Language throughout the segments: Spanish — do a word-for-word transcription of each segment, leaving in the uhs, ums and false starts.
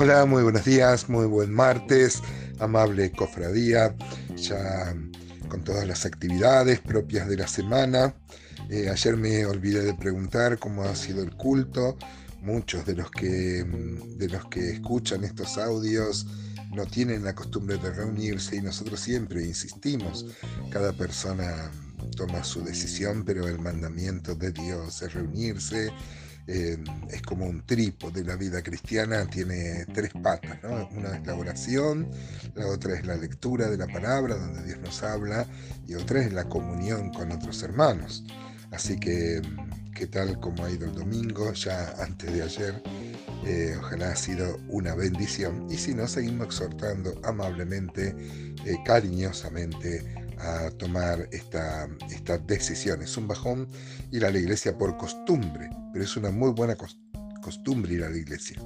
Hola, muy buenos días, muy buen martes, amable cofradía, ya con todas las actividades propias de la semana. Eh, ayer me olvidé de preguntar cómo ha sido el culto. Muchos de los que, de los que escuchan estos audios no tienen la costumbre de reunirse y nosotros siempre insistimos. Cada persona toma su decisión, pero el mandamiento de Dios es reunirse. Eh, es como un trípode. La vida cristiana tiene tres patas, ¿no? Una es la oración, la otra es la lectura de la palabra, donde Dios nos habla, y otra es la comunión con otros hermanos. Así que, ¿qué tal como ha ido el domingo? Ya antes de ayer, eh, ojalá ha sido una bendición. Y si no, seguimos exhortando amablemente, eh, cariñosamente, a tomar esta, esta decisión. Es un bajón ir a la iglesia por costumbre, pero es una muy buena costumbre ir a la iglesia.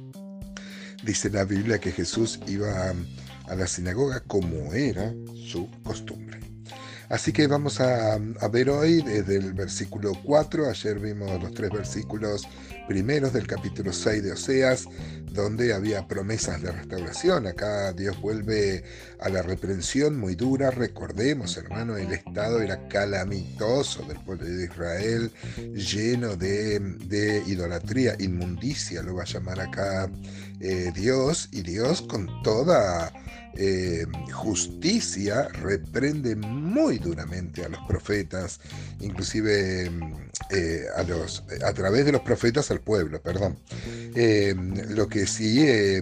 Dice la Biblia que Jesús iba a, a la sinagoga como era su costumbre. Así que vamos a, a ver hoy desde el versículo cuatro. Ayer vimos los tres versículos primeros del capítulo seis de Oseas, donde había promesas de restauración. Acá Dios vuelve a la reprensión muy dura. Recordemos, hermano, el estado era calamitoso del pueblo de Israel, lleno de, de idolatría, inmundicia, lo va a llamar acá eh, Dios, y Dios con toda Eh, justicia reprende muy duramente a los profetas, inclusive eh, a, los, a través de los profetas al pueblo, perdón. Eh, lo que sí, eh,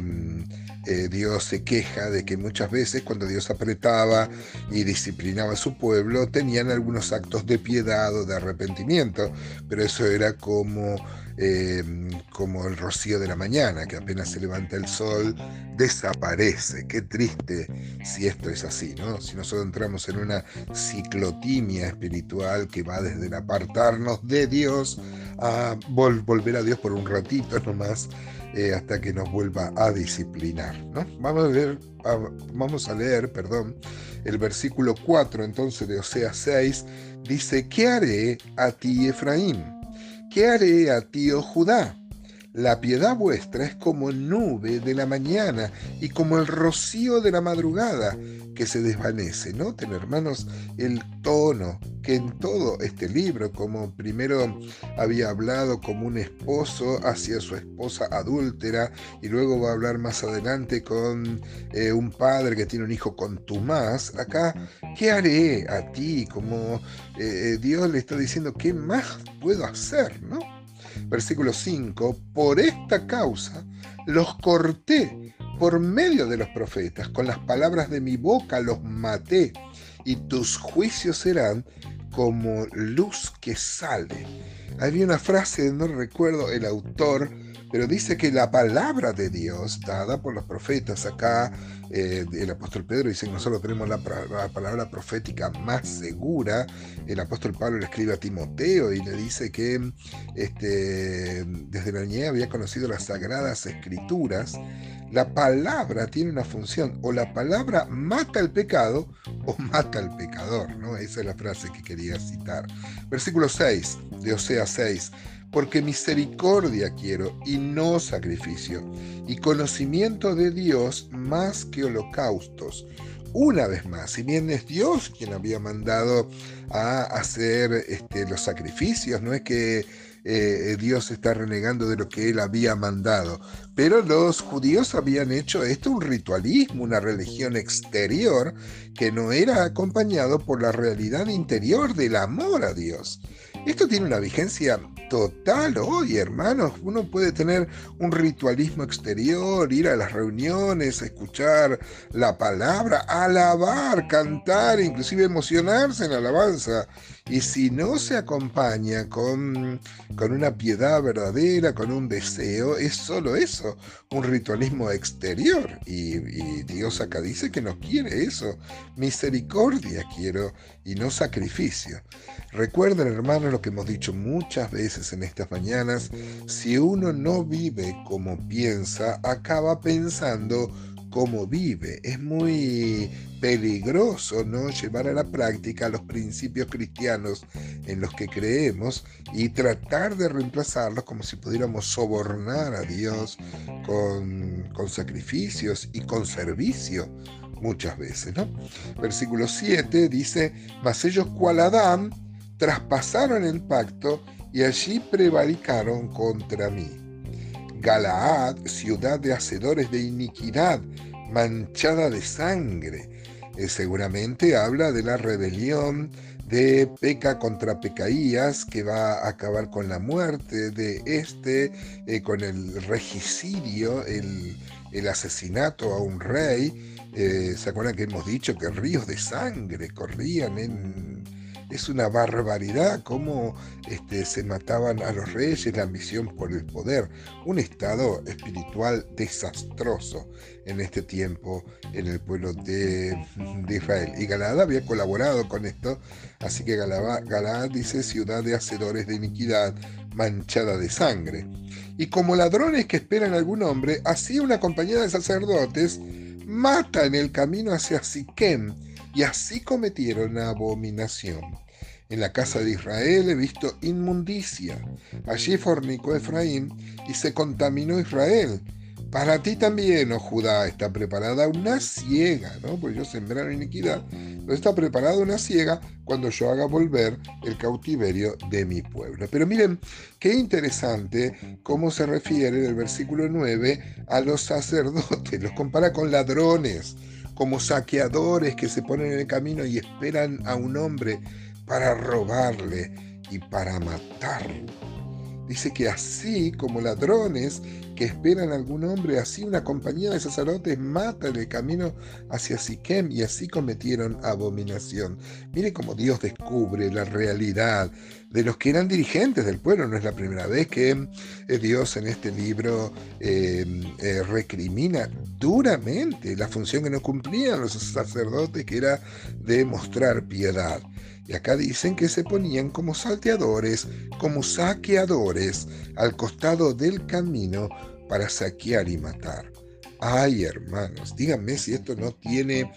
eh, Dios se queja de que muchas veces cuando Dios apretaba y disciplinaba a su pueblo, tenían algunos actos de piedad o de arrepentimiento, pero eso era como Eh, como el rocío de la mañana, que apenas se levanta el sol, desaparece. Qué triste si esto es así, ¿no? Si nosotros entramos en una ciclotimia espiritual que va desde el apartarnos de Dios a vol volver a Dios por un ratito nomás, eh, hasta que nos vuelva a disciplinar, ¿no? Vamos a leer, a, vamos a leer, perdón, el versículo cuatro entonces de Oseas seis, dice: ¿qué haré a ti, Efraín? ¿Qué haré a ti, oh Judá? La piedad vuestra es como nube de la mañana y como el rocío de la madrugada que se desvanece. Noten, hermanos, el tono que en todo este libro, como primero había hablado como un esposo hacia su esposa adúltera, y luego va a hablar más adelante con eh, un padre que tiene un hijo contumaz, acá, ¿qué haré a ti? Como eh, Dios le está diciendo, ¿qué más puedo hacer, no? Versículo cinco, por esta causa los corté por medio de los profetas, con las palabras de mi boca los maté, y tus juicios serán como luz que sale. Había una frase, no recuerdo el autor, pero dice que la palabra de Dios dada por los profetas, acá eh, el apóstol Pedro dice que nosotros tenemos la, la palabra profética más segura. El apóstol Pablo le escribe a Timoteo y le dice que este, desde la niñez había conocido las sagradas escrituras. La palabra tiene una función: o la palabra mata el pecado o mata al pecador, ¿no? Esa es la frase que quería citar. Versículo seis de Oseas seis. Porque misericordia quiero y no sacrificio, y conocimiento de Dios más que holocaustos. Una vez más, si bien es Dios quien había mandado a hacer este, los sacrificios, no es que eh, Dios está renegando de lo que él había mandado, pero los judíos habían hecho esto un ritualismo, una religión exterior que no era acompañado por la realidad interior del amor a Dios. Esto tiene una vigencia total hoy, hermanos. Uno puede tener un ritualismo exterior, ir a las reuniones, escuchar la palabra, alabar, cantar, inclusive emocionarse en la alabanza. Y si no se acompaña con, con una piedad verdadera, con un deseo, es solo eso, un ritualismo exterior. Y, y Dios acá dice que no quiere eso. Misericordia quiero y no sacrificio. Recuerden, hermanos, lo que hemos dicho muchas veces en estas mañanas: si uno no vive como piensa, acaba pensando cómo vive. Es muy peligroso, ¿no?, llevar a la práctica los principios cristianos en los que creemos y tratar de reemplazarlos como si pudiéramos sobornar a Dios con, con sacrificios y con servicio muchas veces, ¿no? Versículo siete dice: mas ellos, cual Adán, traspasaron el pacto y allí prevaricaron contra mí. Galaad, ciudad de hacedores de iniquidad, manchada de sangre. Eh, seguramente habla de la rebelión de Peca contra Pecaías, que va a acabar con la muerte de este, eh, con el regicidio, el, el asesinato a un rey. Eh, ¿Se acuerdan que hemos dicho que ríos de sangre corrían en... Es una barbaridad cómo este, se mataban a los reyes, la ambición por el poder. Un estado espiritual desastroso en este tiempo en el pueblo de, de Israel. Y Galaad había colaborado con esto, así que Galaad, Galaad dice: ciudad de hacedores de iniquidad, manchada de sangre. Y como ladrones que esperan algún hombre, así una compañía de sacerdotes mata en el camino hacia Siquem, y así cometieron abominación. En la casa de Israel he visto inmundicia. Allí fornicó Efraín y se contaminó Israel. Para ti también, oh Judá, está preparada una siega, ¿no? Pues ellos sembraron iniquidad, pero está preparada una siega cuando yo haga volver el cautiverio de mi pueblo. Pero miren, qué interesante cómo se refiere en el versículo nueve a los sacerdotes. Los compara con ladrones, como saqueadores que se ponen en el camino y esperan a un hombre para robarle y para matarlo. Dice que así como ladrones que esperan a algún hombre, así una compañía de sacerdotes mata en el camino hacia Siquem, y así cometieron abominación. Mire cómo Dios descubre la realidad de los que eran dirigentes del pueblo. No es la primera vez que eh, Dios en este libro eh, eh, recrimina duramente la función que no cumplían los sacerdotes, que era de mostrar piedad. Y acá dicen que se ponían como salteadores, como saqueadores, al costado del camino para saquear y matar. Ay, hermanos, díganme si esto no tiene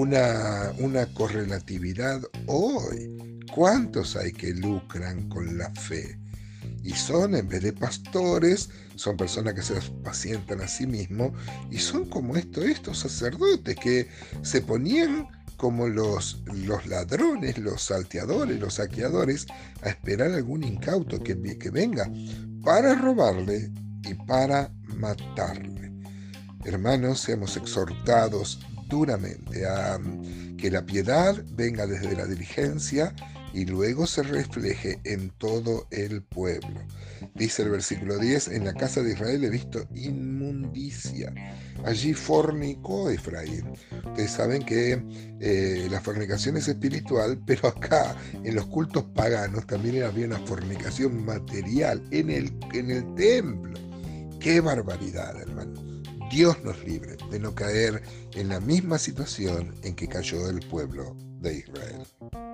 una, una correlatividad hoy. ¿Cuántos hay que lucran con la fe? Y son, en vez de pastores, son personas que se pacientan a sí mismos, y son como esto, estos sacerdotes que se ponían como los, los ladrones, los salteadores, los saqueadores, a esperar algún incauto que, que venga para robarle y para matarle. Hermanos, seamos exhortados duramente a que la piedad venga desde la diligencia y luego se refleje en todo el pueblo. Dice el versículo diez: en la casa de Israel he visto inmundicia. Allí fornicó Efraín. Ustedes saben que eh, la fornicación es espiritual, pero acá en los cultos paganos también había una fornicación material en el, en el templo. ¡Qué barbaridad, hermano! Dios nos libre de no caer en la misma situación en que cayó el pueblo de Israel.